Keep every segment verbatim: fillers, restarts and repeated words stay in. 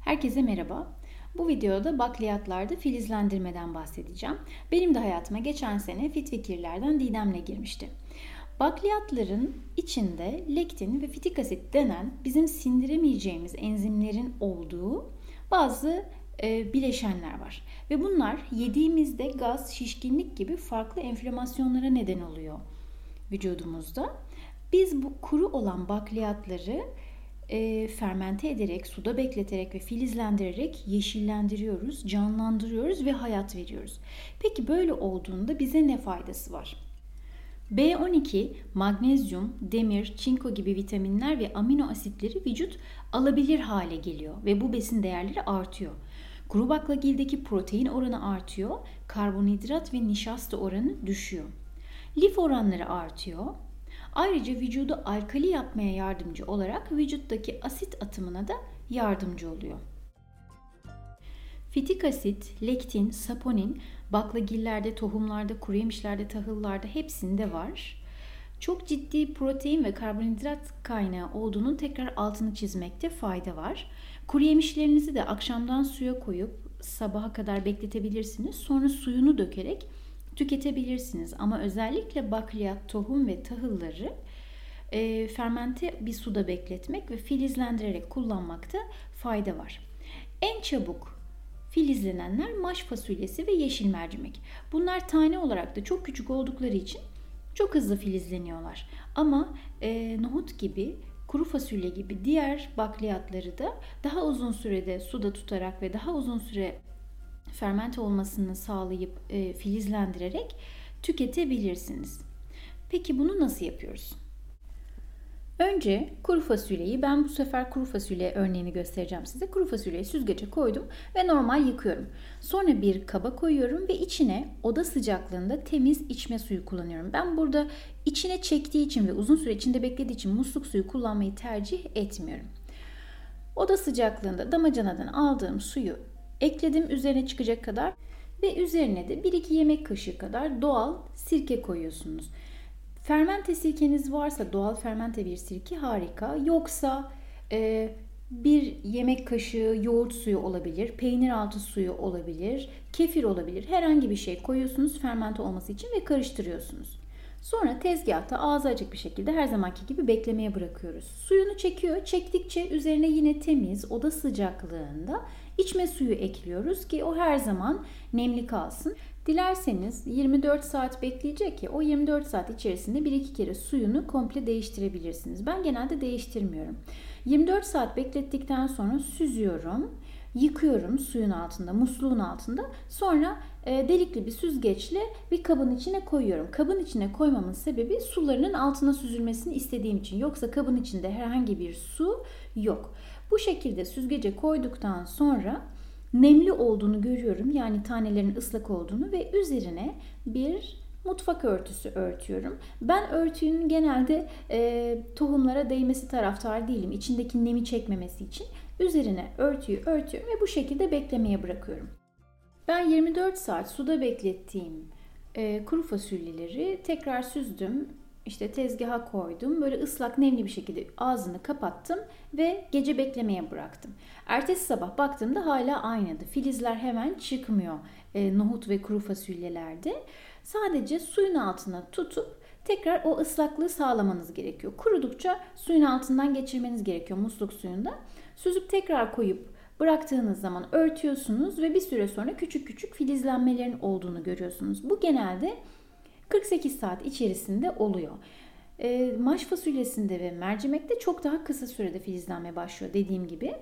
Herkese merhaba. Bu videoda bakliyatlarda filizlendirmeden bahsedeceğim. Benim de hayatıma geçen sene Fit Fikirler'den Didem'le girmişti. Bakliyatların içinde lektin ve fitik asit denen bizim sindiremeyeceğimiz enzimlerin olduğu bazı e, bileşenler var. Ve bunlar yediğimizde gaz, şişkinlik gibi farklı enflamasyonlara neden oluyor vücudumuzda. Biz bu kuru olan bakliyatları E, fermente ederek, suda bekleterek ve filizlendirerek yeşillendiriyoruz, canlandırıyoruz ve hayat veriyoruz. Peki böyle olduğunda bize ne faydası var? B on iki, magnezyum, demir, çinko gibi vitaminler ve amino asitleri vücut alabilir hale geliyor ve bu besin değerleri artıyor. Kuru baklagildeki protein oranı artıyor, karbonhidrat ve nişasta oranı düşüyor. Lif oranları artıyor. Ayrıca vücudu alkali yapmaya yardımcı olarak vücuttaki asit atımına da yardımcı oluyor. Fitik asit, lektin, saponin baklagillerde, tohumlarda, kuru yemişlerde, tahıllarda hepsinde var. Çok ciddi protein ve karbonhidrat kaynağı olduğunun tekrar altını çizmekte fayda var. Kuru yemişlerinizi de akşamdan suya koyup sabaha kadar bekletebilirsiniz. Sonra suyunu dökerek tüketebilirsiniz. Ama özellikle bakliyat, tohum ve tahılları e, fermente bir suda bekletmek ve filizlendirerek kullanmakta fayda var. En çabuk filizlenenler maş fasulyesi ve yeşil mercimek. Bunlar tane olarak da çok küçük oldukları için çok hızlı filizleniyorlar. Ama e, nohut gibi, kuru fasulye gibi diğer bakliyatları da daha uzun sürede suda tutarak ve daha uzun süre fermente olmasını sağlayıp e, filizlendirerek tüketebilirsiniz. Peki bunu nasıl yapıyoruz? Önce kuru fasulyeyi, ben bu sefer kuru fasulye örneğini göstereceğim size. Kuru fasulyeyi süzgece koydum ve normal yıkıyorum. Sonra bir kaba koyuyorum ve içine oda sıcaklığında temiz içme suyu kullanıyorum. Ben burada içine çektiği için ve uzun süre içinde beklediği için musluk suyu kullanmayı tercih etmiyorum. Oda sıcaklığında damacanadan aldığım suyu ekledim üzerine çıkacak kadar ve üzerine de bir iki yemek kaşığı kadar doğal sirke koyuyorsunuz. Fermente sirkeniz varsa doğal fermente bir sirke harika. Yoksa e, bir yemek kaşığı yoğurt suyu olabilir, peynir altı suyu olabilir, kefir olabilir. Herhangi bir şey koyuyorsunuz fermente olması için ve karıştırıyorsunuz. Sonra tezgahta ağzı açık bir şekilde her zamanki gibi beklemeye bırakıyoruz. Suyunu çekiyor. Çektikçe üzerine yine temiz oda sıcaklığında içme suyu ekliyoruz ki o her zaman nemli kalsın. Dilerseniz yirmi dört saat bekleyecek ki o yirmi dört saat içerisinde bir iki kere suyunu komple değiştirebilirsiniz. Ben genelde değiştirmiyorum. yirmi dört saat beklettikten sonra süzüyorum. Yıkıyorum suyun altında, musluğun altında. Sonra e, delikli bir süzgeçle bir kabın içine koyuyorum. Kabın içine koymamın sebebi sularının altına süzülmesini istediğim için. Yoksa kabın içinde herhangi bir su yok. Bu şekilde süzgece koyduktan sonra nemli olduğunu görüyorum. Yani tanelerin ıslak olduğunu ve üzerine bir mutfak örtüsü örtüyorum. Ben örtünün genelde e, tohumlara değmesi taraftar değilim. İçindeki nemi çekmemesi için. Üzerine örtüyü örtüyorum ve bu şekilde beklemeye bırakıyorum. Ben yirmi dört saat suda beklettiğim e, kuru fasulyeleri tekrar süzdüm. İşte tezgaha koydum. Böyle ıslak nemli bir şekilde ağzını kapattım ve gece beklemeye bıraktım. Ertesi sabah baktığımda hala aynıydı. Filizler hemen çıkmıyor e, nohut ve kuru fasulyelerde. Sadece suyun altına tutup tekrar o ıslaklığı sağlamanız gerekiyor. Kurudukça suyun altından geçirmeniz gerekiyor musluk suyunda. Süzüp tekrar koyup bıraktığınız zaman örtüyorsunuz ve bir süre sonra küçük küçük filizlenmelerin olduğunu görüyorsunuz. Bu genelde kırk sekiz saat içerisinde oluyor. E, maş fasulyesinde ve mercimekte çok daha kısa sürede filizlenme başlıyor dediğim gibi.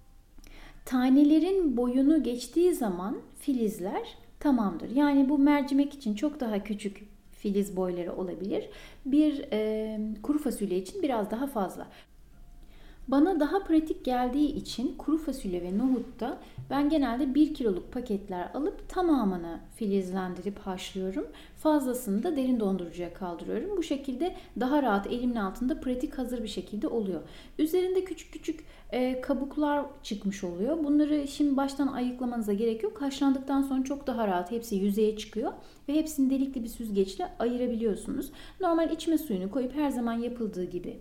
Tanelerin boyunu geçtiği zaman filizler tamamdır. Yani bu mercimek için çok daha küçük filiz boyları olabilir. Bir e, kuru fasulye için biraz daha fazla. Bana daha pratik geldiği için kuru fasulye ve nohutta ben genelde bir kiloluk paketler alıp tamamını filizlendirip haşlıyorum. Fazlasını da derin dondurucuya kaldırıyorum. Bu şekilde daha rahat elimin altında pratik hazır bir şekilde oluyor. Üzerinde küçük küçük e, kabuklar çıkmış oluyor. Bunları şimdi baştan ayıklamanıza gerek yok. Haşlandıktan sonra çok daha rahat hepsi yüzeye çıkıyor ve hepsini delikli bir süzgeçle ayırabiliyorsunuz. Normal içme suyunu koyup her zaman yapıldığı gibi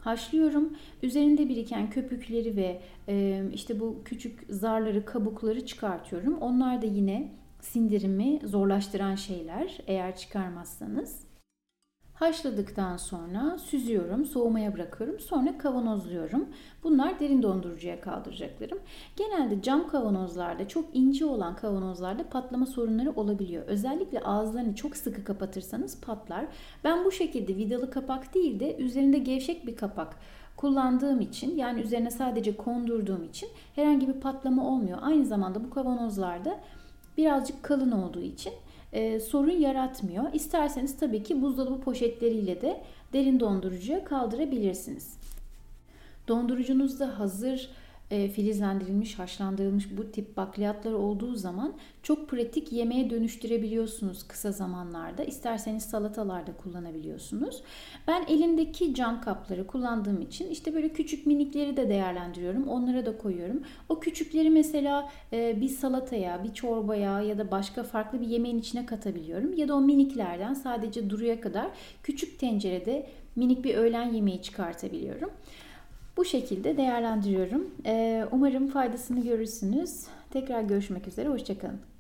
Haşlıyorum. Üzerinde biriken köpükleri ve e, işte bu küçük zarları, kabukları çıkartıyorum. Onlar da yine sindirimi zorlaştıran şeyler eğer çıkarmazsanız. Haşladıktan sonra süzüyorum, soğumaya bırakıyorum. Sonra kavanozluyorum. Bunlar derin dondurucuya kaldıracaklarım. Genelde cam kavanozlarda, çok ince olan kavanozlarda patlama sorunları olabiliyor. Özellikle ağızlarını çok sıkı kapatırsanız patlar. Ben bu şekilde vidalı kapak değil de üzerinde gevşek bir kapak kullandığım için, yani üzerine sadece kondurduğum için herhangi bir patlama olmuyor. Aynı zamanda bu kavanozlarda birazcık kalın olduğu için e, sorun yaratmıyor. İsterseniz tabii ki buzdolabı poşetleriyle de derin dondurucuya kaldırabilirsiniz. Dondurucunuzda hazır e, filizlendirilmiş, haşlandırılmış bu tip bakliyatlar olduğu zaman çok pratik, yemeğe dönüştürebiliyorsunuz kısa zamanlarda. İsterseniz salatalarda kullanabiliyorsunuz. Ben elimdeki cam kapları kullandığım için işte böyle küçük minikleri de değerlendiriyorum. Onlara da koyuyorum. O küçükleri mesela e, bir salataya, bir çorbaya ya da başka farklı bir yemeğin içine katabiliyorum. Ya da o miniklerden sadece duruya kadar küçük tencerede minik bir öğlen yemeği çıkartabiliyorum. Bu şekilde değerlendiriyorum. Umarım faydasını görürsünüz. Tekrar görüşmek üzere. Hoşça kalın.